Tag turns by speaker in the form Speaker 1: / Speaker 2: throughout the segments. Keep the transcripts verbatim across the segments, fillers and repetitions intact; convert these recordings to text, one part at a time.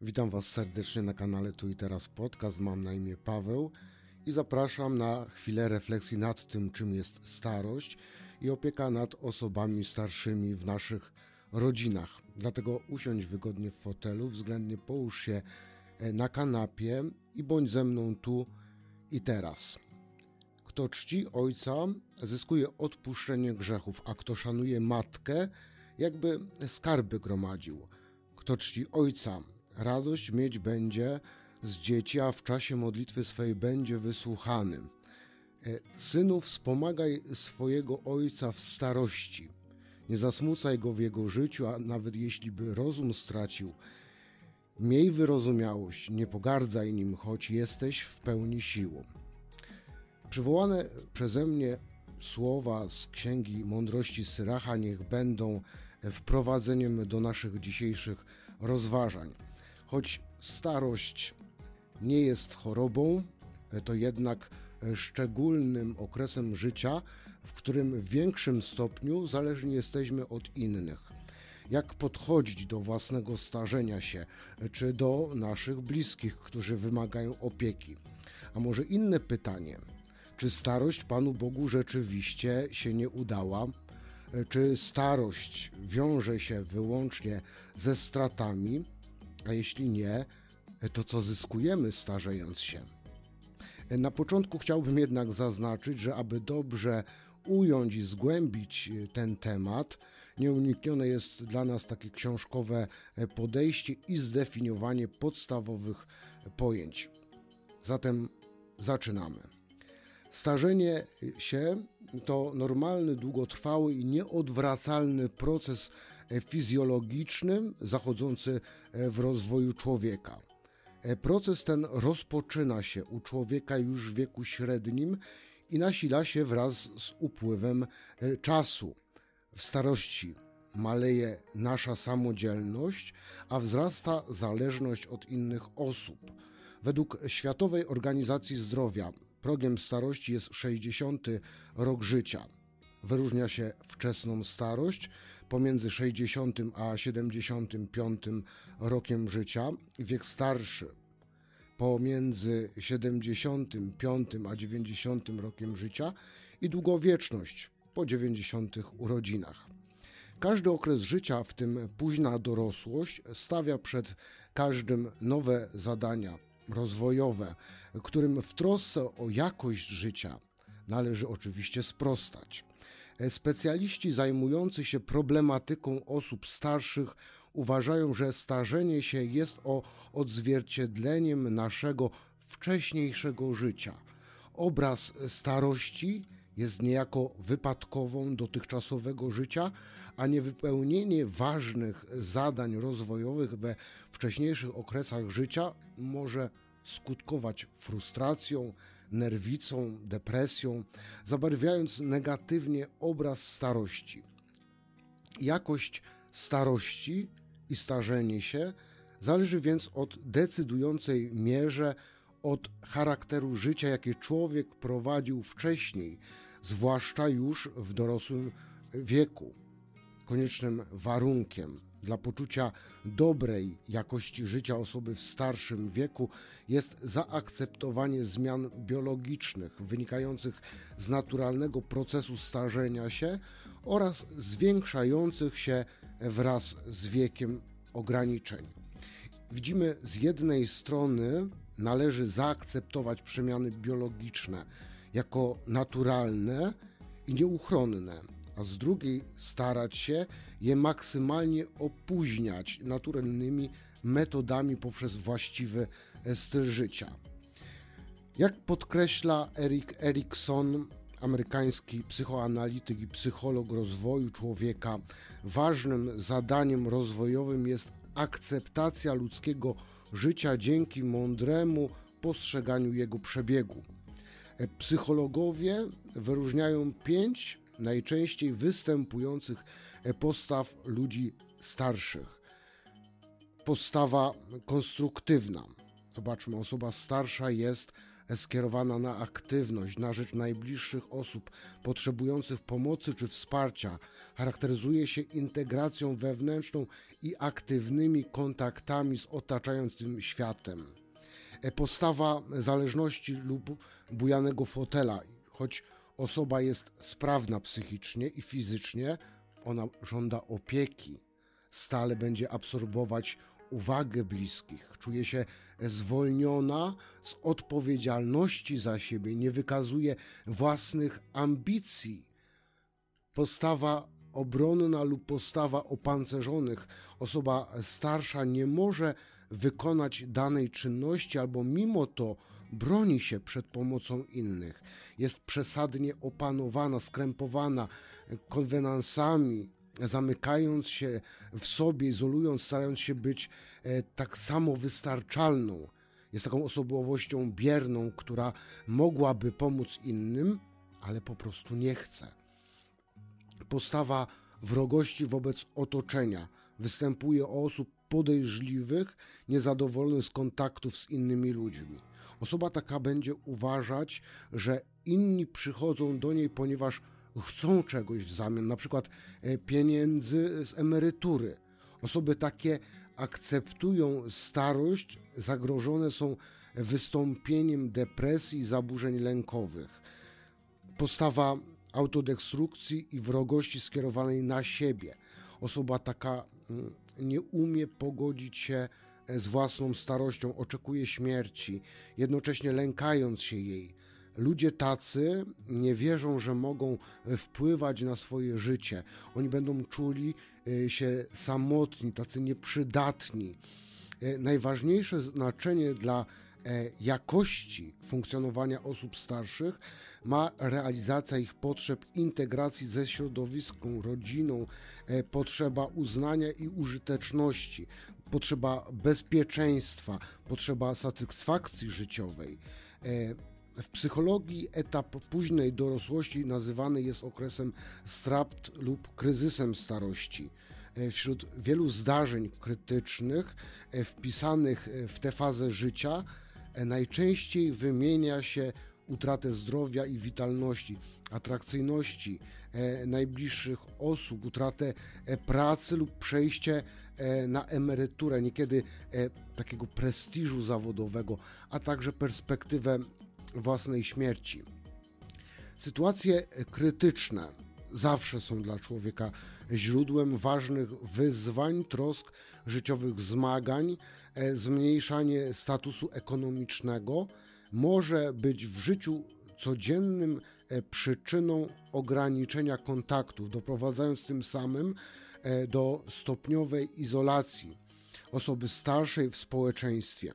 Speaker 1: Witam Was serdecznie na kanale Tu i Teraz Podcast. Mam na imię Paweł i zapraszam na chwilę refleksji nad tym, czym jest starość i opieka nad osobami starszymi w naszych rodzinach. Dlatego usiądź wygodnie w fotelu, względnie połóż się na kanapie i bądź ze mną tu i teraz. Kto czci ojca, zyskuje odpuszczenie grzechów, a kto szanuje matkę, jakby skarby gromadził. Kto czci ojca, radość mieć będzie z dzieci, a w czasie modlitwy swej będzie wysłuchany. Synu, wspomagaj swojego ojca w starości. Nie zasmucaj go w jego życiu, a nawet jeśli by rozum stracił. Miej wyrozumiałość, nie pogardzaj nim, choć jesteś w pełni siłą. Przywołane przeze mnie słowa z Księgi Mądrości Syracha niech będą wprowadzeniem do naszych dzisiejszych rozważań. Choć starość nie jest chorobą, to jednak szczególnym okresem życia, w którym w większym stopniu zależni jesteśmy od innych. Jak podchodzić do własnego starzenia się, czy do naszych bliskich, którzy wymagają opieki? A może inne pytanie, czy starość Panu Bogu rzeczywiście się nie udała? Czy starość wiąże się wyłącznie ze stratami? A jeśli nie, to co zyskujemy starzejąc się? Na początku chciałbym jednak zaznaczyć, że aby dobrze ująć i zgłębić ten temat, nieuniknione jest dla nas takie książkowe podejście i zdefiniowanie podstawowych pojęć. Zatem zaczynamy. Starzenie się to normalny, długotrwały i nieodwracalny proces fizjologiczny zachodzący w rozwoju człowieka. Proces ten rozpoczyna się u człowieka już w wieku średnim i nasila się wraz z upływem czasu. W starości maleje nasza samodzielność, a wzrasta zależność od innych osób. Według Światowej Organizacji Zdrowia progiem starości jest sześćdziesiąty rok życia. Wyróżnia się wczesną starość pomiędzy sześćdziesiątym a siedemdziesiątym piątym rokiem życia, wiek starszy pomiędzy siedemdziesiątym piątym a dziewięćdziesiątym rokiem życia i długowieczność po dziewięćdziesiątych urodzinach. Każdy okres życia, w tym późna dorosłość, stawia przed każdym nowe zadania rozwojowe, którym w trosce o jakość życia należy oczywiście sprostać. Specjaliści zajmujący się problematyką osób starszych uważają, że starzenie się jest o odzwierciedleniem naszego wcześniejszego życia. Obraz starości jest niejako wypadkową dotychczasowego życia, a niewypełnienie ważnych zadań rozwojowych we wcześniejszych okresach życia może skutkować frustracją, nerwicą, depresją, zabarwiając negatywnie obraz starości. Jakość starości i starzenie się zależy więc od decydującej mierze od charakteru życia, jakie człowiek prowadził wcześniej, zwłaszcza już w dorosłym wieku. Koniecznym warunkiem dla poczucia dobrej jakości życia osoby w starszym wieku jest zaakceptowanie zmian biologicznych wynikających z naturalnego procesu starzenia się oraz zwiększających się wraz z wiekiem ograniczeń. Widzimy, z jednej strony należy zaakceptować przemiany biologiczne jako naturalne i nieuchronne, a z drugiej starać się je maksymalnie opóźniać naturalnymi metodami poprzez właściwy styl życia. Jak podkreśla Erik Erikson, amerykański psychoanalityk i psycholog rozwoju człowieka, ważnym zadaniem rozwojowym jest akceptacja ludzkiego życia dzięki mądremu postrzeganiu jego przebiegu. Psychologowie wyróżniają pięć najczęściej występujących postaw ludzi starszych. Postawa konstruktywna. Zobaczmy, osoba starsza jest skierowana na aktywność, na rzecz najbliższych osób potrzebujących pomocy czy wsparcia, charakteryzuje się integracją wewnętrzną i aktywnymi kontaktami z otaczającym światem. Postawa zależności lub bujanego fotela, choć osoba jest sprawna psychicznie i fizycznie, ona żąda opieki, stale będzie absorbować uwagę bliskich, czuje się zwolniona z odpowiedzialności za siebie, nie wykazuje własnych ambicji. Postawa obronna lub postawa opancerzonych, osoba starsza nie może wykonać danej czynności albo mimo to broni się przed pomocą innych. Jest przesadnie opanowana, skrępowana konwenansami, zamykając się w sobie, izolując, starając się być e, tak samo wystarczalną. Jest taką osobowością bierną, która mogłaby pomóc innym, ale po prostu nie chce. Postawa wrogości wobec otoczenia występuje u osób podejrzliwych, niezadowolonych z kontaktów z innymi ludźmi. Osoba taka będzie uważać, że inni przychodzą do niej, ponieważ chcą czegoś w zamian, na przykład pieniędzy z emerytury. Osoby takie akceptują starość, zagrożone są wystąpieniem depresji i zaburzeń lękowych. Postawa autodestrukcji i wrogości skierowanej na siebie. Osoba taka nie umie pogodzić się z własną starością, oczekuje śmierci, jednocześnie lękając się jej. Ludzie tacy nie wierzą, że mogą wpływać na swoje życie. Oni będą czuli się samotni, tacy nieprzydatni. Najważniejsze znaczenie dla jakości funkcjonowania osób starszych ma realizacja ich potrzeb integracji ze środowiskiem, rodziną, potrzeba uznania i użyteczności, potrzeba bezpieczeństwa, potrzeba satysfakcji życiowej. W psychologii etap późnej dorosłości nazywany jest okresem strapt lub kryzysem starości. Wśród wielu zdarzeń krytycznych wpisanych w tę fazę życia najczęściej wymienia się utratę zdrowia i witalności, atrakcyjności najbliższych osób, utratę pracy lub przejście na emeryturę, niekiedy takiego prestiżu zawodowego, a także perspektywę własnej śmierci. Sytuacje krytyczne zawsze są dla człowieka źródłem ważnych wyzwań, trosk, życiowych zmagań. Zmniejszanie statusu ekonomicznego może być w życiu codziennym przyczyną ograniczenia kontaktów, doprowadzając tym samym do stopniowej izolacji osoby starszej w społeczeństwie.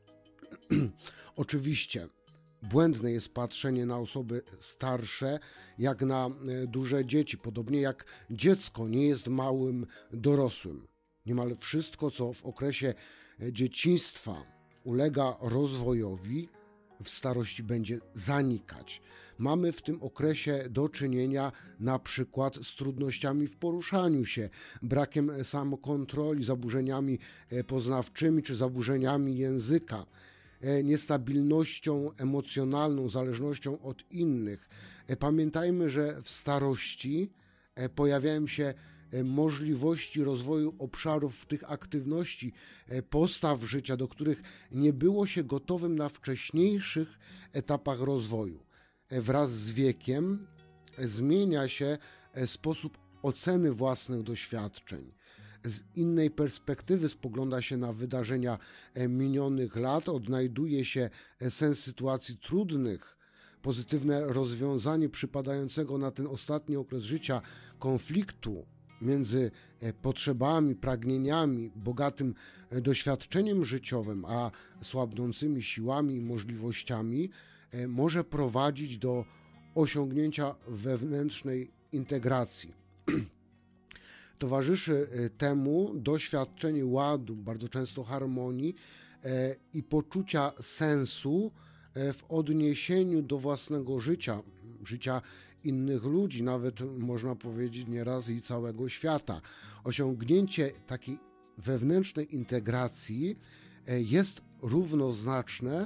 Speaker 1: Oczywiście błędne jest patrzenie na osoby starsze jak na duże dzieci, podobnie jak dziecko nie jest małym dorosłym. Niemal wszystko, co w okresie dzieciństwa ulega rozwojowi, w starości będzie zanikać. Mamy w tym okresie do czynienia na przykład z trudnościami w poruszaniu się, brakiem samokontroli, zaburzeniami poznawczymi czy zaburzeniami języka, niestabilnością emocjonalną, zależnością od innych. Pamiętajmy, że w starości pojawiają się możliwości rozwoju obszarów tych aktywności, postaw życia, do których nie było się gotowym na wcześniejszych etapach rozwoju. Wraz z wiekiem zmienia się sposób oceny własnych doświadczeń. Z innej perspektywy spogląda się na wydarzenia minionych lat, odnajduje się sens sytuacji trudnych, pozytywne rozwiązanie przypadającego na ten ostatni okres życia konfliktu między potrzebami, pragnieniami, bogatym doświadczeniem życiowym, a słabnącymi siłami i możliwościami może prowadzić do osiągnięcia wewnętrznej integracji. Towarzyszy temu doświadczenie ładu, bardzo często harmonii i poczucia sensu w odniesieniu do własnego życia, życia innych ludzi, nawet można powiedzieć nieraz i całego świata. Osiągnięcie takiej wewnętrznej integracji jest równoznaczne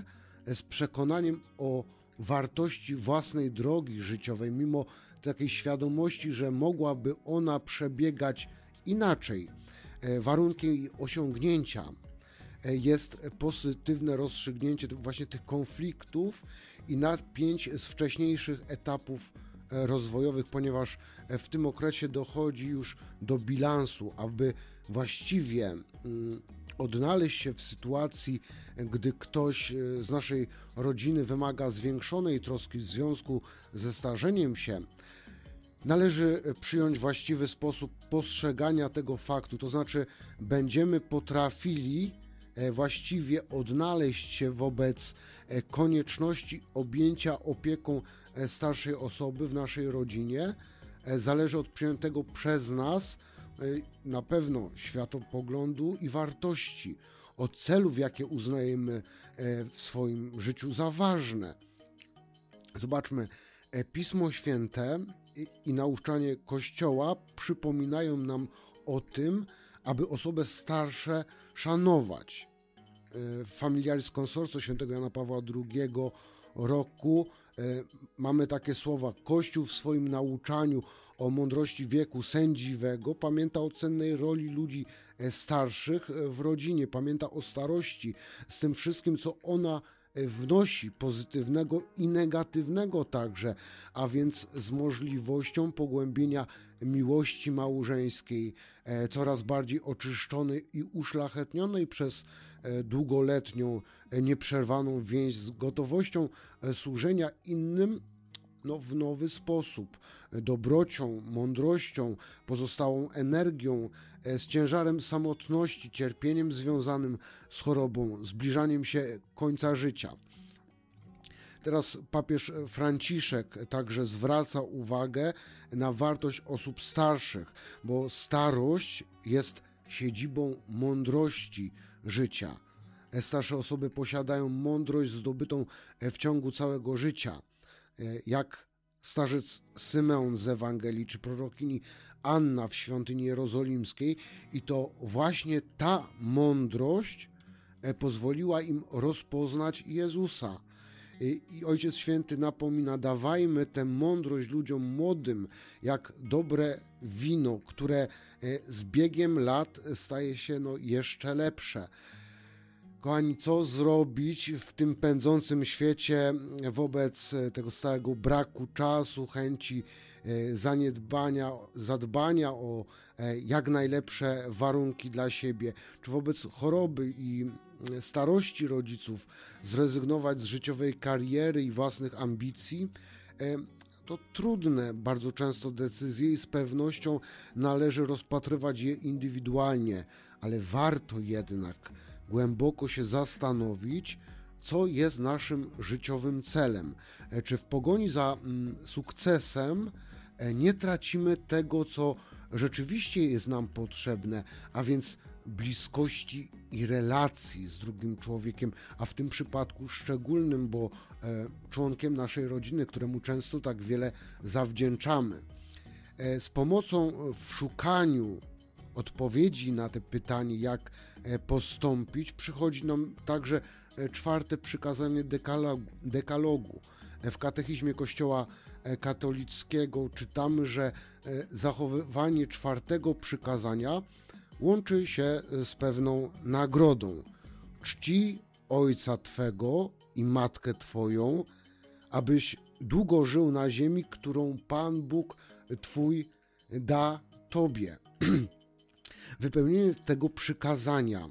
Speaker 1: z przekonaniem o wartości własnej drogi życiowej, mimo takiej świadomości, że mogłaby ona przebiegać inaczej. Warunkiem jej osiągnięcia jest pozytywne rozstrzygnięcie właśnie tych konfliktów i napięć z wcześniejszych etapów rozwojowych, ponieważ w tym okresie dochodzi już do bilansu, aby właściwie odnaleźć się w sytuacji, gdy ktoś z naszej rodziny wymaga zwiększonej troski w związku ze starzeniem się. Należy przyjąć właściwy sposób postrzegania tego faktu, to znaczy będziemy potrafili właściwie odnaleźć się wobec konieczności objęcia opieką starszej osoby w naszej rodzinie. Zależy od przyjętego przez nas na pewno światopoglądu i wartości, od celów, jakie uznajemy w swoim życiu za ważne. Zobaczmy, Pismo Święte i, i nauczanie Kościoła przypominają nam o tym, aby osoby starsze szanować. Familiaris Consortio świętego Jana Pawła drugiego roku mamy takie słowa: Kościół w swoim nauczaniu o mądrości wieku sędziwego pamięta o cennej roli ludzi starszych w rodzinie, pamięta o starości z tym wszystkim, co ona wnosi, pozytywnego i negatywnego także, a więc z możliwością pogłębienia miłości małżeńskiej, coraz bardziej oczyszczonej i uszlachetnionej przez długoletnią, nieprzerwaną więź, z gotowością służenia innym no, w nowy sposób, dobrocią, mądrością, pozostałą energią, z ciężarem samotności, cierpieniem związanym z chorobą, zbliżaniem się końca życia. Teraz papież Franciszek także zwraca uwagę na wartość osób starszych, bo starość jest siedzibą mądrości życia. Starsze osoby posiadają mądrość zdobytą w ciągu całego życia. Jak starzec Symeon z Ewangelii, czy prorokini Anna w świątyni jerozolimskiej, i to właśnie ta mądrość pozwoliła im rozpoznać Jezusa. I Ojciec Święty napomina: dawajmy tę mądrość ludziom młodym, jak dobre wino, które z biegiem lat staje się no jeszcze lepsze. Kochani, co zrobić w tym pędzącym świecie wobec tego stałego braku czasu, chęci zaniedbania, zadbania o jak najlepsze warunki dla siebie, czy wobec choroby i starości rodziców zrezygnować z życiowej kariery i własnych ambicji? To trudne bardzo często decyzje i z pewnością należy rozpatrywać je indywidualnie, ale warto jednak głęboko się zastanowić, co jest naszym życiowym celem. Czy w pogoni za sukcesem nie tracimy tego, co rzeczywiście jest nam potrzebne, a więc bliskości i relacji z drugim człowiekiem, a w tym przypadku szczególnym, bo członkiem naszej rodziny, któremu często tak wiele zawdzięczamy. Z pomocą w szukaniu odpowiedzi na te pytanie, jak postąpić, przychodzi nam także czwarte przykazanie dekalogu. dekalogu. W katechizmie Kościoła katolickiego czytamy, że zachowywanie czwartego przykazania łączy się z pewną nagrodą. Czci ojca twego i matkę twoją, abyś długo żył na ziemi, którą Pan Bóg twój da tobie. Wypełnienie tego przykazania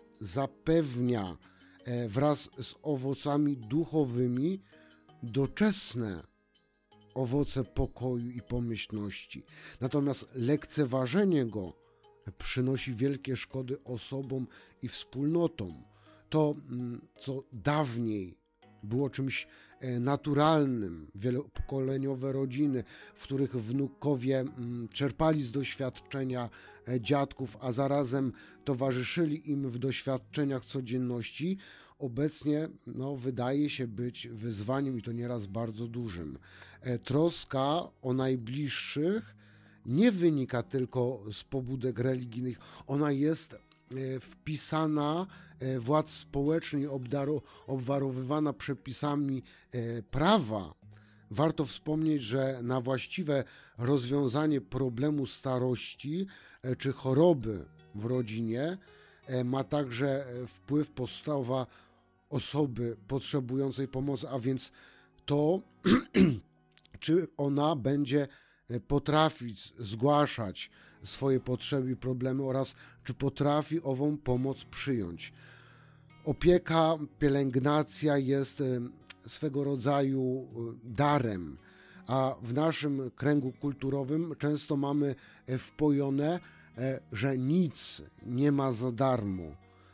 Speaker 1: zapewnia wraz z owocami duchowymi doczesne owoce pokoju i pomyślności. Natomiast lekceważenie go przynosi wielkie szkody osobom i wspólnotom. To, co dawniej było czymś naturalnym, wielopokoleniowe rodziny, w których wnukowie czerpali z doświadczenia dziadków, a zarazem towarzyszyli im w doświadczeniach codzienności, obecnie no, wydaje się być wyzwaniem i to nieraz bardzo dużym. Troska o najbliższych nie wynika tylko z pobudek religijnych, ona jest wpisana władz społecznej, obdaro, obwarowywana przepisami prawa. Warto wspomnieć, że na właściwe rozwiązanie problemu starości czy choroby w rodzinie ma także wpływ postawa osoby potrzebującej pomocy, a więc to, czy ona będzie potrafić zgłaszać swoje potrzeby i problemy oraz czy potrafi ową pomoc przyjąć. Opieka, pielęgnacja jest swego rodzaju darem, a w naszym kręgu kulturowym często mamy wpojone, że nic nie ma za darmo.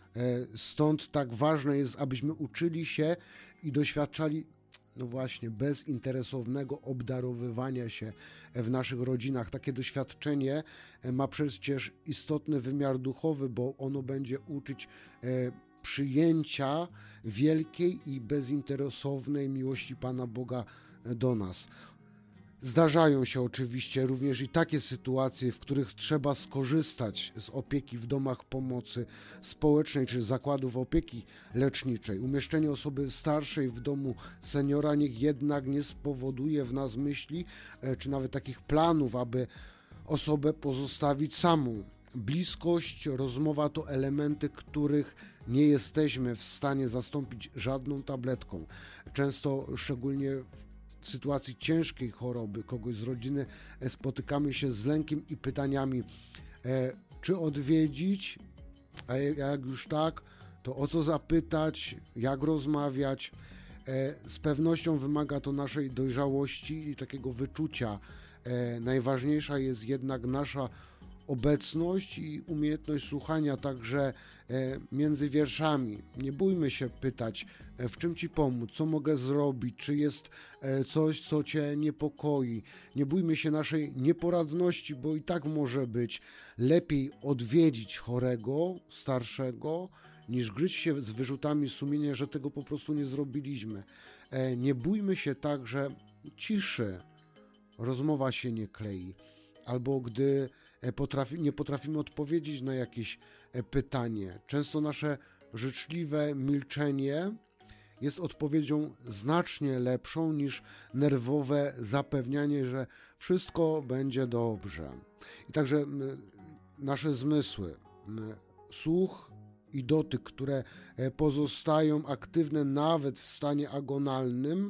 Speaker 1: Stąd tak ważne jest, abyśmy uczyli się i doświadczali, no właśnie, bezinteresownego obdarowywania się w naszych rodzinach. Takie doświadczenie ma przecież istotny wymiar duchowy, bo ono będzie uczyć przyjęcia wielkiej i bezinteresownej miłości Pana Boga do nas. Zdarzają się oczywiście również i takie sytuacje, w których trzeba skorzystać z opieki w domach pomocy społecznej czy zakładów opieki leczniczej. Umieszczenie osoby starszej w domu seniora niech jednak nie spowoduje w nas myśli czy nawet takich planów, aby osobę pozostawić samą. Bliskość, rozmowa to elementy, których nie jesteśmy w stanie zastąpić żadną tabletką. Często, szczególnie w sytuacji ciężkiej choroby kogoś z rodziny, spotykamy się z lękiem i pytaniami, e, czy odwiedzić, a jak już tak, to o co zapytać, jak rozmawiać. E, z pewnością wymaga to naszej dojrzałości i takiego wyczucia. E, najważniejsza jest jednak nasza obecność i umiejętność słuchania także między wierszami. Nie bójmy się pytać, w czym Ci pomóc, co mogę zrobić, czy jest coś, co Cię niepokoi. Nie bójmy się naszej nieporadności, bo i tak może być lepiej odwiedzić chorego, starszego, niż gryźć się z wyrzutami sumienia, że tego po prostu nie zrobiliśmy. Nie bójmy się także ciszy. Rozmowa się nie klei. Albo gdy potrafi, nie potrafimy odpowiedzieć na jakieś pytanie. Często nasze życzliwe milczenie jest odpowiedzią znacznie lepszą niż nerwowe zapewnianie, że wszystko będzie dobrze. I także nasze zmysły, słuch i dotyk, które pozostają aktywne nawet w stanie agonalnym.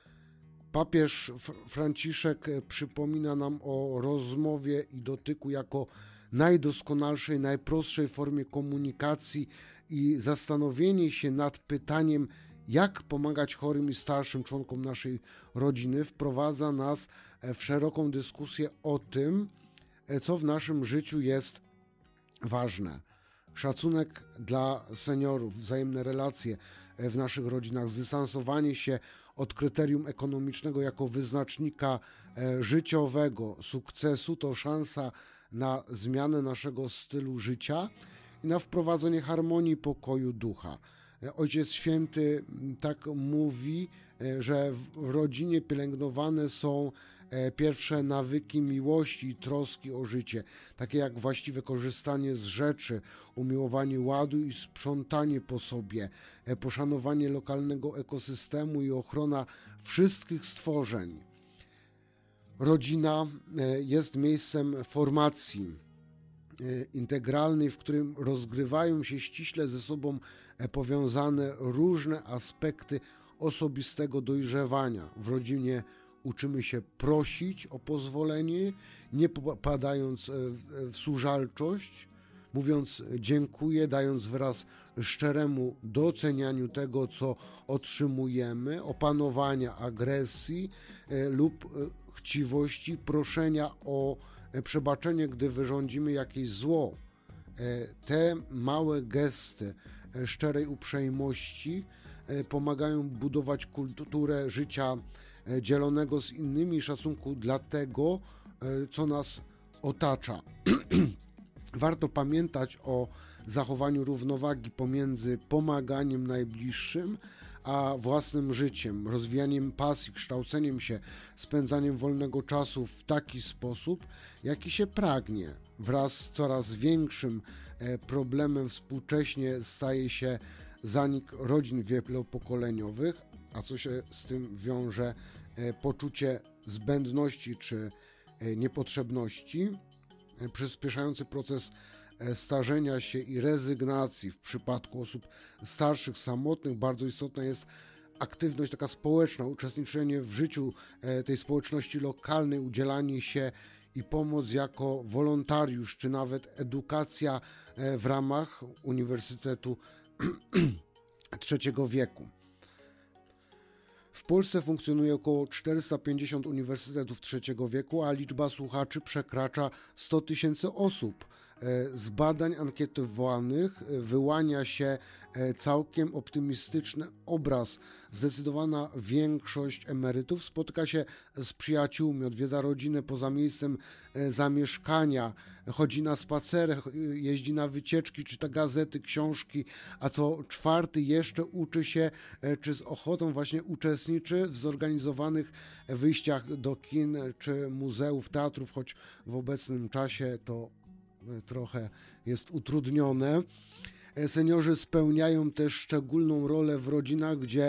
Speaker 1: Papież Franciszek przypomina nam o rozmowie i dotyku jako najdoskonalszej, najprostszej formie komunikacji i zastanowienie się nad pytaniem, jak pomagać chorym i starszym członkom naszej rodziny, wprowadza nas w szeroką dyskusję o tym, co w naszym życiu jest ważne. Szacunek dla seniorów, wzajemne relacje w naszych rodzinach, zdystansowanie się od kryterium ekonomicznego jako wyznacznika życiowego sukcesu to szansa na zmianę naszego stylu życia i na wprowadzenie harmonii i pokoju ducha. Ojciec Święty tak mówi, że w rodzinie pielęgnowane są pierwsze nawyki miłości i troski o życie, takie jak właściwe korzystanie z rzeczy, umiłowanie ładu i sprzątanie po sobie, poszanowanie lokalnego ekosystemu i ochrona wszystkich stworzeń. Rodzina jest miejscem formacji integralnej, w którym rozgrywają się ściśle ze sobą powiązane różne aspekty osobistego dojrzewania. W rodzinie uczymy się prosić o pozwolenie, nie popadając w służalczość, mówiąc dziękuję, dając wyraz szczeremu docenianiu tego, co otrzymujemy, opanowania agresji lub chciwości, proszenia o przebaczenie, gdy wyrządzimy jakieś zło. Te małe gesty szczerej uprzejmości pomagają budować kulturę życia dzielonego z innymi, szacunku dla tego, co nas otacza. Warto pamiętać o zachowaniu równowagi pomiędzy pomaganiem najbliższym, a własnym życiem, rozwijaniem pasji, kształceniem się, spędzaniem wolnego czasu w taki sposób, jaki się pragnie. Wraz z coraz większym problemem współcześnie staje się zanik rodzin wielopokoleniowych, a co się z tym wiąże, poczucie zbędności czy niepotrzebności, przyspieszający proces starzenia się i rezygnacji. W przypadku osób starszych, samotnych bardzo istotna jest aktywność taka społeczna, uczestniczenie w życiu tej społeczności lokalnej, udzielanie się i pomoc jako wolontariusz, czy nawet edukacja w ramach Uniwersytetu trzeciego wieku. W Polsce funkcjonuje około czterysta pięćdziesiąt uniwersytetów trzeciego wieku, a liczba słuchaczy przekracza sto tysięcy osób. Z badań ankietowanych wyłania się całkiem optymistyczny obraz. Zdecydowana większość emerytów spotyka się z przyjaciółmi, odwiedza rodzinę poza miejscem zamieszkania, chodzi na spacery, jeździ na wycieczki, czyta gazety, książki, a co czwarty jeszcze uczy się, czy z ochotą właśnie uczestniczy w zorganizowanych wyjściach do kin czy muzeów, teatrów, choć w obecnym czasie to trochę jest utrudnione. Seniorzy spełniają też szczególną rolę w rodzinach, gdzie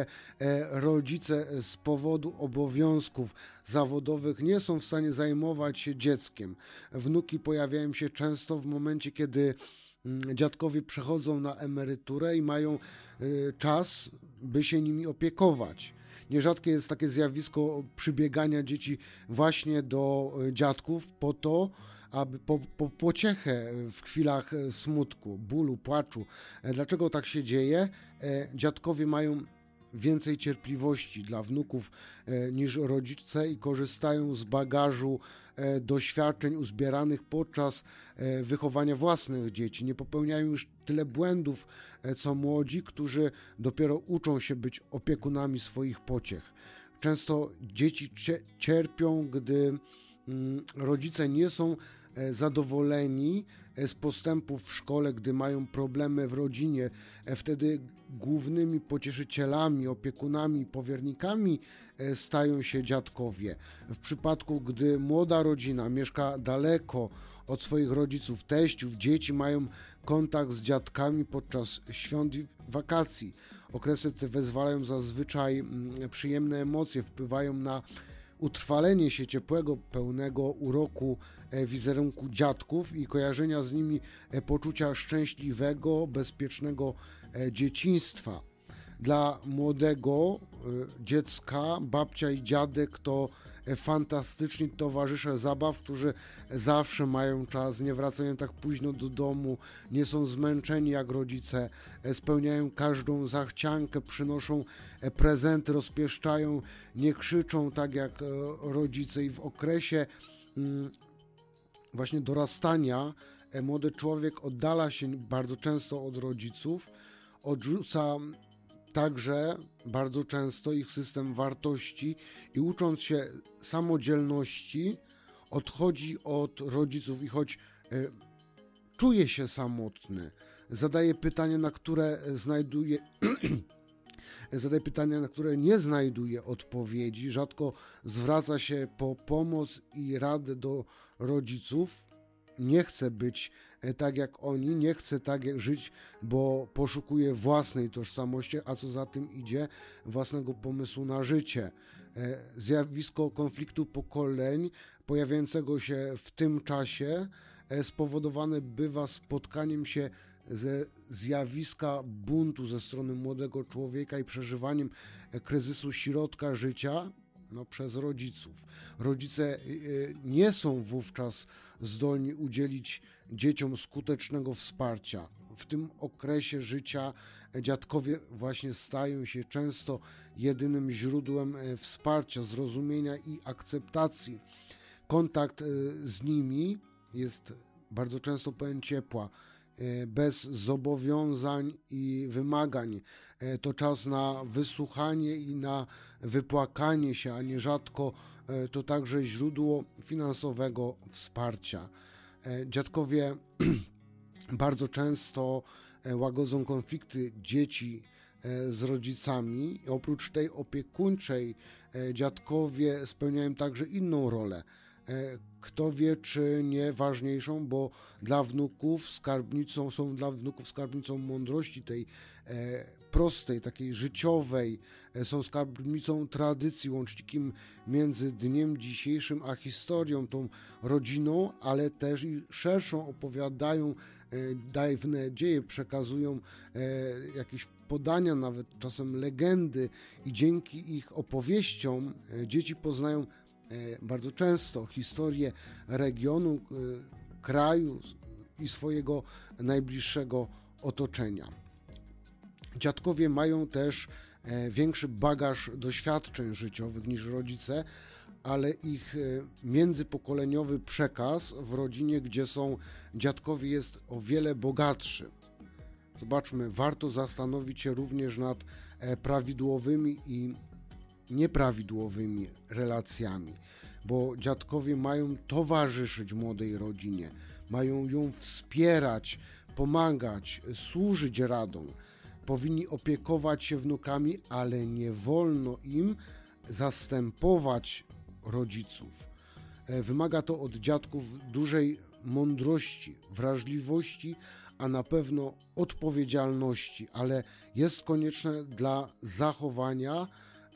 Speaker 1: rodzice z powodu obowiązków zawodowych nie są w stanie zajmować się dzieckiem. Wnuki pojawiają się często w momencie, kiedy dziadkowie przechodzą na emeryturę i mają czas, by się nimi opiekować. Nierzadkie jest takie zjawisko przybiegania dzieci właśnie do dziadków po to, aby po, po pociechę w chwilach smutku, bólu, płaczu. Dlaczego tak się dzieje? Dziadkowie mają więcej cierpliwości dla wnuków niż rodzice i korzystają z bagażu doświadczeń uzbieranych podczas wychowania własnych dzieci. Nie popełniają już tyle błędów, co młodzi, którzy dopiero uczą się być opiekunami swoich pociech. Często dzieci cierpią, gdy rodzice nie są zadowoleni z postępów w szkole, gdy mają problemy w rodzinie. Wtedy głównymi pocieszycielami, opiekunami, powiernikami stają się dziadkowie. W przypadku, gdy młoda rodzina mieszka daleko od swoich rodziców, teściów, dzieci mają kontakt z dziadkami podczas świąt i wakacji. Okresy te wyzwalają zazwyczaj przyjemne emocje, wpływają na utrwalenie się ciepłego, pełnego uroku wizerunku dziadków i kojarzenia z nimi poczucia szczęśliwego, bezpiecznego dzieciństwa. Dla młodego dziecka babcia i dziadek to fantastyczni towarzysze zabaw, którzy zawsze mają czas, nie wracają tak późno do domu, nie są zmęczeni jak rodzice, spełniają każdą zachciankę, przynoszą prezenty, rozpieszczają, nie krzyczą tak jak rodzice i w okresie właśnie dorastania młody człowiek oddala się bardzo często od rodziców, odrzuca także bardzo często ich system wartości i ucząc się samodzielności odchodzi od rodziców i choć y, czuje się samotny, zadaje pytania, na które znajduje zadaje pytania, na które nie znajduje odpowiedzi, rzadko zwraca się po pomoc i radę do rodziców, nie chce być tak jak oni, nie chce tak jak żyć, bo poszukuje własnej tożsamości, a co za tym idzie, własnego pomysłu na życie. Zjawisko konfliktu pokoleń pojawiającego się w tym czasie spowodowane bywa spotkaniem się ze zjawiska buntu ze strony młodego człowieka i przeżywaniem kryzysu środka życia no, przez rodziców. Rodzice nie są wówczas zdolni udzielić dzieciom skutecznego wsparcia. W tym okresie życia dziadkowie właśnie stają się często jedynym źródłem wsparcia, zrozumienia i akceptacji. Kontakt z nimi jest bardzo często pełen ciepła, bez zobowiązań i wymagań. To czas na wysłuchanie i na wypłakanie się, a nierzadko to także źródło finansowego wsparcia. Dziadkowie bardzo często łagodzą konflikty dzieci z rodzicami. Oprócz tej opiekuńczej dziadkowie spełniają także inną rolę. Kto wie, czy nie ważniejszą, bo dla wnuków skarbnicą są dla wnuków skarbnicą mądrości, tej e, prostej, takiej życiowej, e, są skarbnicą tradycji, łącznikiem między dniem dzisiejszym a historią, tą rodziną, ale też i szerszą, opowiadają e, dawne dzieje, przekazują e, jakieś podania, nawet czasem legendy, i dzięki ich opowieściom e, dzieci poznają bardzo często historię regionu, kraju i swojego najbliższego otoczenia. Dziadkowie mają też większy bagaż doświadczeń życiowych niż rodzice, ale ich międzypokoleniowy przekaz w rodzinie, gdzie są dziadkowie, jest o wiele bogatszy. Zobaczmy, warto zastanowić się również nad prawidłowymi i nieprawidłowymi relacjami, bo dziadkowie mają towarzyszyć młodej rodzinie, mają ją wspierać, pomagać, służyć radą. Powinni opiekować się wnukami, ale nie wolno im zastępować rodziców. Wymaga to od dziadków dużej mądrości, wrażliwości, a na pewno odpowiedzialności, ale jest konieczne dla zachowania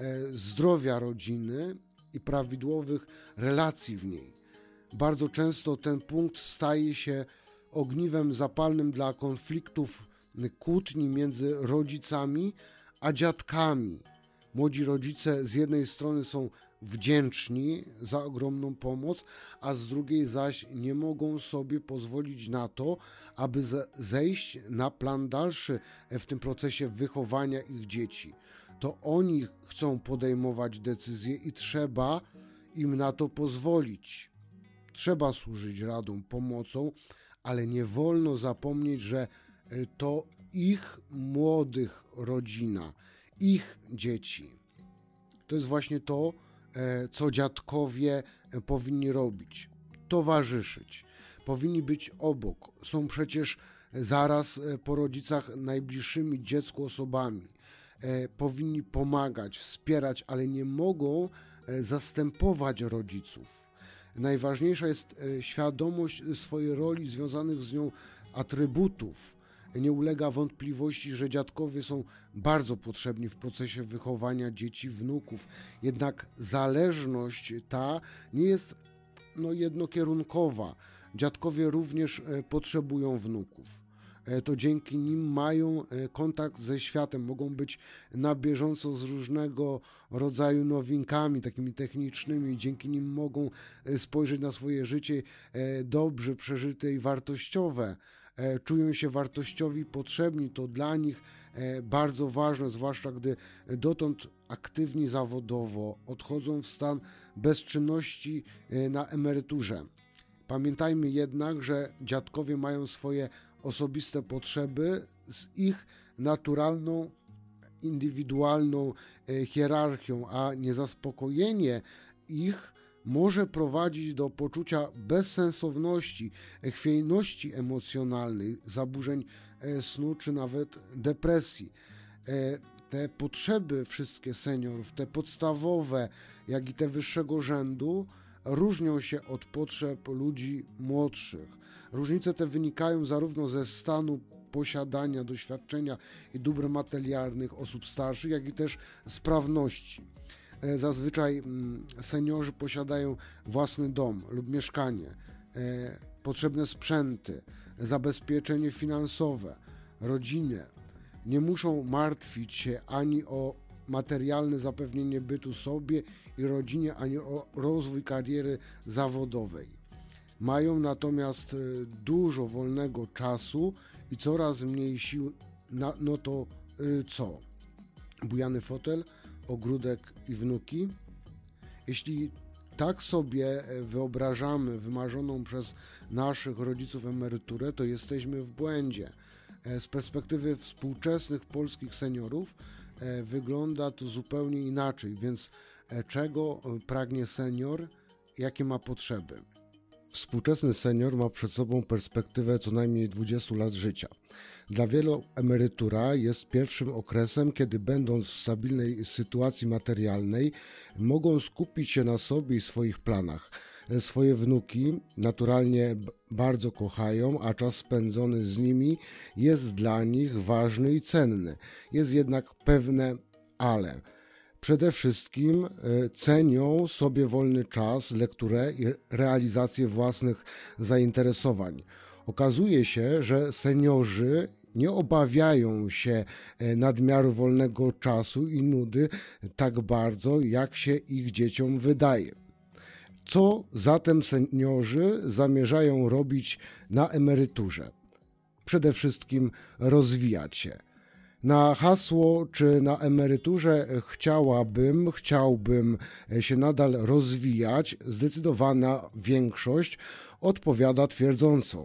Speaker 1: zdrowia rodziny i prawidłowych relacji w niej. Bardzo często ten punkt staje się ogniwem zapalnym dla konfliktów, kłótni między rodzicami a dziadkami. Młodzi rodzice z jednej strony są wdzięczni za ogromną pomoc, a z drugiej zaś nie mogą sobie pozwolić na to, aby zejść na plan dalszy w tym procesie wychowania ich dzieci. To oni chcą podejmować decyzje i trzeba im na to pozwolić. Trzeba służyć radą, pomocą, ale nie wolno zapomnieć, że to ich młodych rodzina, ich dzieci. To jest właśnie to, co dziadkowie powinni robić. Towarzyszyć. Powinni być obok. Są przecież zaraz po rodzicach najbliższymi dziecku osobami. Powinni pomagać, wspierać, ale nie mogą zastępować rodziców. Najważniejsza jest świadomość swojej roli, związanych z nią atrybutów. Nie ulega wątpliwości, że dziadkowie są bardzo potrzebni w procesie wychowania dzieci, wnuków. Jednak zależność ta nie jest no, jednokierunkowa. Dziadkowie również potrzebują wnuków. To dzięki nim mają kontakt ze światem, mogą być na bieżąco z różnego rodzaju nowinkami, takimi technicznymi, dzięki nim mogą spojrzeć na swoje życie dobrze przeżyte i wartościowe. Czują się wartościowi, potrzebni, to dla nich bardzo ważne, zwłaszcza gdy dotąd aktywni zawodowo odchodzą w stan bezczynności na emeryturze. Pamiętajmy jednak, że dziadkowie mają swoje osobiste potrzeby z ich naturalną, indywidualną hierarchią, a niezaspokojenie ich może prowadzić do poczucia bezsensowności, chwiejności emocjonalnej, zaburzeń snu czy nawet depresji. Te potrzeby wszystkie seniorów, te podstawowe, jak i te wyższego rzędu, różnią się od potrzeb ludzi młodszych. Różnice te wynikają zarówno ze stanu posiadania, doświadczenia i dóbr materialnych osób starszych, jak i też sprawności. Zazwyczaj seniorzy posiadają własny dom lub mieszkanie, potrzebne sprzęty, zabezpieczenie finansowe, rodzinę. Nie muszą martwić się ani o materialne zapewnienie bytu sobie i rodzinie, ani o rozwój kariery zawodowej. Mają natomiast dużo wolnego czasu i coraz mniej sił na no to co? Bujany fotel, ogródek i wnuki? Jeśli tak sobie wyobrażamy wymarzoną przez naszych rodziców emeryturę, to jesteśmy w błędzie. Z perspektywy współczesnych polskich seniorów wygląda to zupełnie inaczej, więc czego pragnie senior, jakie ma potrzeby? Współczesny senior ma przed sobą perspektywę co najmniej dwudziestu lat życia. Dla wielu emerytura jest pierwszym okresem, kiedy będąc w stabilnej sytuacji materialnej, mogą skupić się na sobie i swoich planach. Swoje wnuki naturalnie bardzo kochają, a czas spędzony z nimi jest dla nich ważny i cenny. Jest jednak pewne ale. Przede wszystkim cenią sobie wolny czas, lekturę i realizację własnych zainteresowań. Okazuje się, że seniorzy nie obawiają się nadmiaru wolnego czasu i nudy tak bardzo, jak się ich dzieciom wydaje. Co zatem seniorzy zamierzają robić na emeryturze? Przede wszystkim rozwijać się. Na hasło, czy na emeryturze chciałabym, chciałbym się nadal rozwijać, zdecydowana większość odpowiada twierdząco.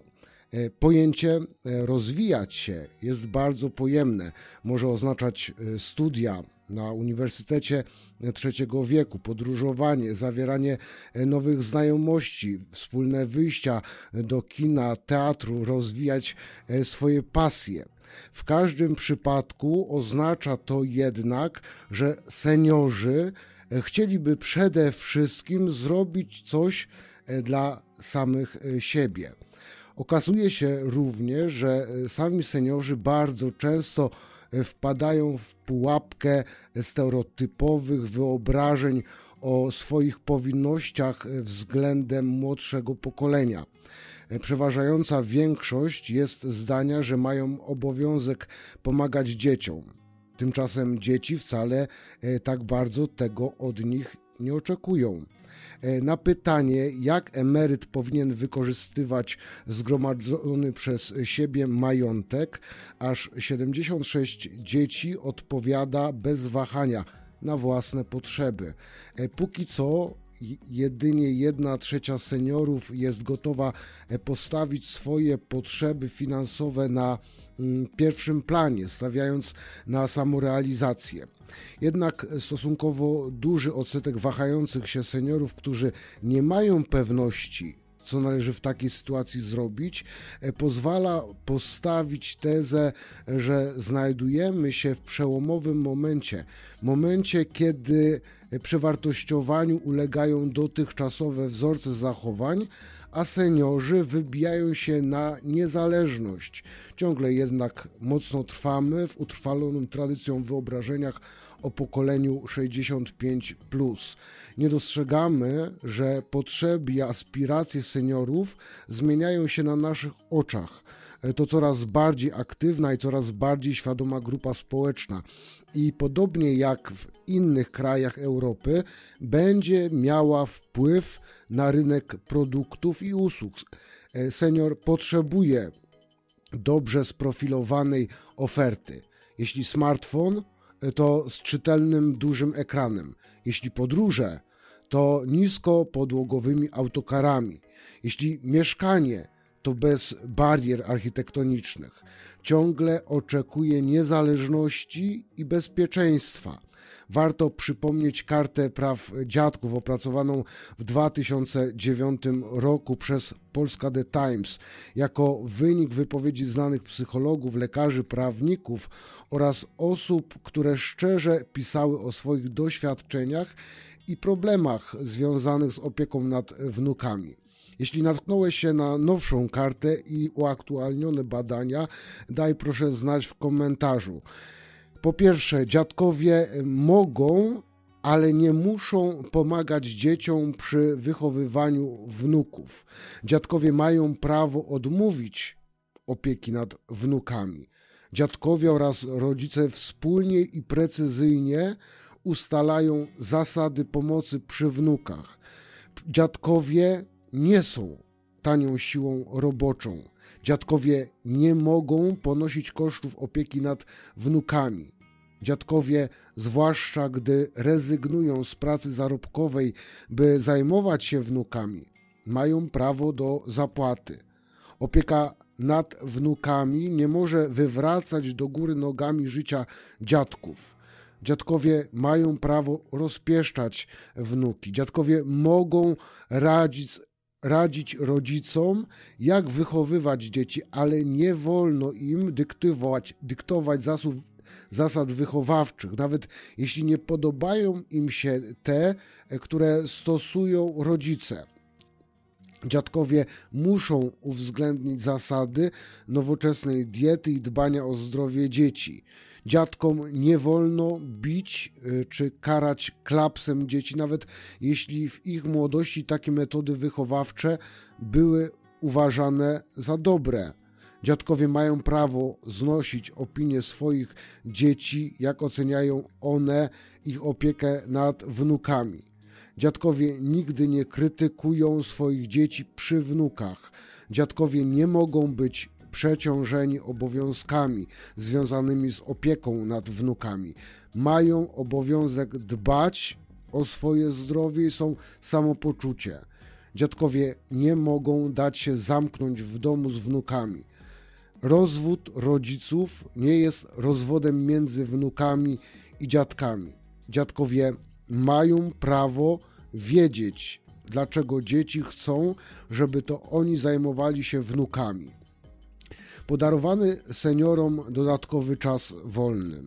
Speaker 1: Pojęcie rozwijać się jest bardzo pojemne. Może oznaczać studia na Uniwersytecie Trzeciego Wieku, podróżowanie, zawieranie nowych znajomości, wspólne wyjścia do kina, teatru, rozwijać swoje pasje. W każdym przypadku oznacza to jednak, że seniorzy chcieliby przede wszystkim zrobić coś dla samych siebie. Okazuje się również, że sami seniorzy bardzo często wpadają w pułapkę stereotypowych wyobrażeń o swoich powinnościach względem młodszego pokolenia. Przeważająca większość jest zdania, że mają obowiązek pomagać dzieciom. Tymczasem dzieci wcale tak bardzo tego od nich nie oczekują. Na pytanie, jak emeryt powinien wykorzystywać zgromadzony przez siebie majątek, aż siedemdziesiąt sześć dzieci odpowiada bez wahania na własne potrzeby. Póki co jedynie jedna trzecia seniorów jest gotowa postawić swoje potrzeby finansowe na pierwszym planie, stawiając na samorealizację. Jednak stosunkowo duży odsetek wahających się seniorów, którzy nie mają pewności, co należy w takiej sytuacji zrobić, pozwala postawić tezę, że znajdujemy się w przełomowym momencie, momencie, kiedy przewartościowaniu ulegają dotychczasowe wzorce zachowań, a seniorzy wybijają się na niezależność. Ciągle jednak mocno trwamy w utrwalonym tradycją wyobrażeniach o pokoleniu sześćdziesiąt pięć plus. Nie dostrzegamy, że potrzeby i aspiracje seniorów zmieniają się na naszych oczach. To coraz bardziej aktywna i coraz bardziej świadoma grupa społeczna i podobnie jak w innych krajach Europy będzie miała wpływ na rynek produktów i usług. Senior potrzebuje dobrze sprofilowanej oferty. Jeśli smartfon, to z czytelnym, dużym ekranem. Jeśli podróże, to niskopodłogowymi autokarami. Jeśli mieszkanie, to bez barier architektonicznych. Ciągle oczekuje niezależności i bezpieczeństwa. Warto przypomnieć Kartę Praw Dziadków opracowaną w dwa tysiące dziewiątym roku przez Polska The Times jako wynik wypowiedzi znanych psychologów, lekarzy, prawników oraz osób, które szczerze pisały o swoich doświadczeniach i problemach związanych z opieką nad wnukami. Jeśli natknąłeś się na nowszą kartę i uaktualnione badania, daj proszę znać w komentarzu. Po pierwsze, dziadkowie mogą, ale nie muszą pomagać dzieciom przy wychowywaniu wnuków. Dziadkowie mają prawo odmówić opieki nad wnukami. Dziadkowie oraz rodzice wspólnie i precyzyjnie ustalają zasady pomocy przy wnukach. Dziadkowie nie są tanią siłą roboczą. Dziadkowie nie mogą ponosić kosztów opieki nad wnukami. Dziadkowie, zwłaszcza gdy rezygnują z pracy zarobkowej, by zajmować się wnukami, mają prawo do zapłaty. Opieka nad wnukami nie może wywracać do góry nogami życia dziadków. Dziadkowie mają prawo rozpieszczać wnuki. Dziadkowie mogą radzić radzić rodzicom, jak wychowywać dzieci, ale nie wolno im dyktować, dyktować zasób, zasad wychowawczych, nawet jeśli nie podobają im się te, które stosują rodzice. Dziadkowie muszą uwzględnić zasady nowoczesnej diety i dbania o zdrowie dzieci. Dziadkom nie wolno bić czy karać klapsem dzieci, nawet jeśli w ich młodości takie metody wychowawcze były uważane za dobre. Dziadkowie mają prawo znosić opinię swoich dzieci, jak oceniają one ich opiekę nad wnukami. Dziadkowie nigdy nie krytykują swoich dzieci przy wnukach. Dziadkowie nie mogą być przeciążeni obowiązkami związanymi z opieką nad wnukami. Mają obowiązek dbać o swoje zdrowie i są samopoczucie. Dziadkowie nie mogą dać się zamknąć w domu z wnukami. Rozwód rodziców nie jest rozwodem między wnukami i dziadkami. Dziadkowie mają prawo wiedzieć, dlaczego dzieci chcą, żeby to oni zajmowali się wnukami. Podarowany seniorom dodatkowy czas wolny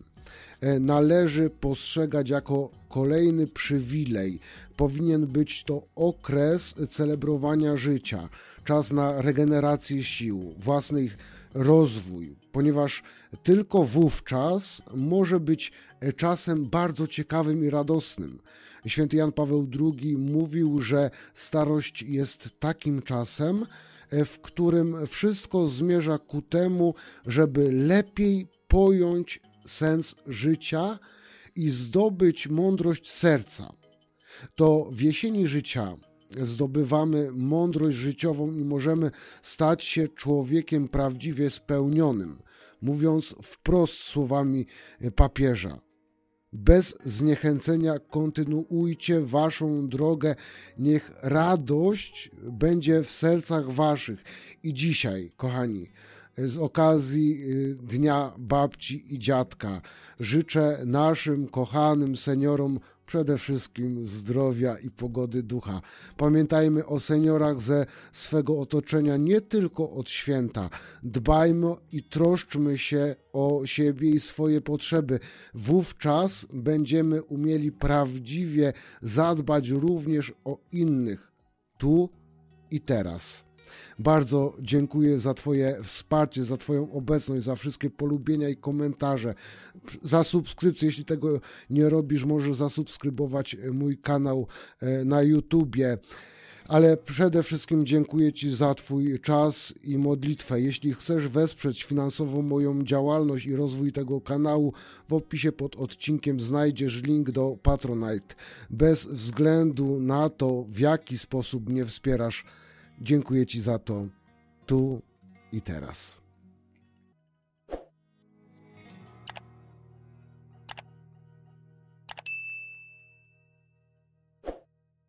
Speaker 1: należy postrzegać jako kolejny przywilej. Powinien być to okres celebrowania życia, czas na regenerację sił, własny ich rozwój, ponieważ tylko wówczas może być czasem bardzo ciekawym i radosnym. Święty Jan Paweł drugi mówił, że starość jest takim czasem, w którym wszystko zmierza ku temu, żeby lepiej pojąć sens życia i zdobyć mądrość serca. To w jesieni życia zdobywamy mądrość życiową i możemy stać się człowiekiem prawdziwie spełnionym, mówiąc wprost słowami papieża. Bez zniechęcenia kontynuujcie waszą drogę, niech radość będzie w sercach waszych. I dzisiaj, kochani, z okazji Dnia Babci i Dziadka życzę naszym kochanym seniorom przede wszystkim zdrowia i pogody ducha. Pamiętajmy o seniorach ze swego otoczenia nie tylko od święta. Dbajmy i troszczmy się o siebie i swoje potrzeby. Wówczas będziemy umieli prawdziwie zadbać również o innych, tu i teraz. Bardzo dziękuję za Twoje wsparcie, za Twoją obecność, za wszystkie polubienia i komentarze, za subskrypcję. Jeśli tego nie robisz, możesz zasubskrybować mój kanał na YouTubie. Ale przede wszystkim dziękuję Ci za Twój czas i modlitwę. Jeśli chcesz wesprzeć finansowo moją działalność i rozwój tego kanału, w opisie pod odcinkiem znajdziesz link do Patronite. Bez względu na to, w jaki sposób mnie wspierasz, dziękuję Ci za to tu i teraz.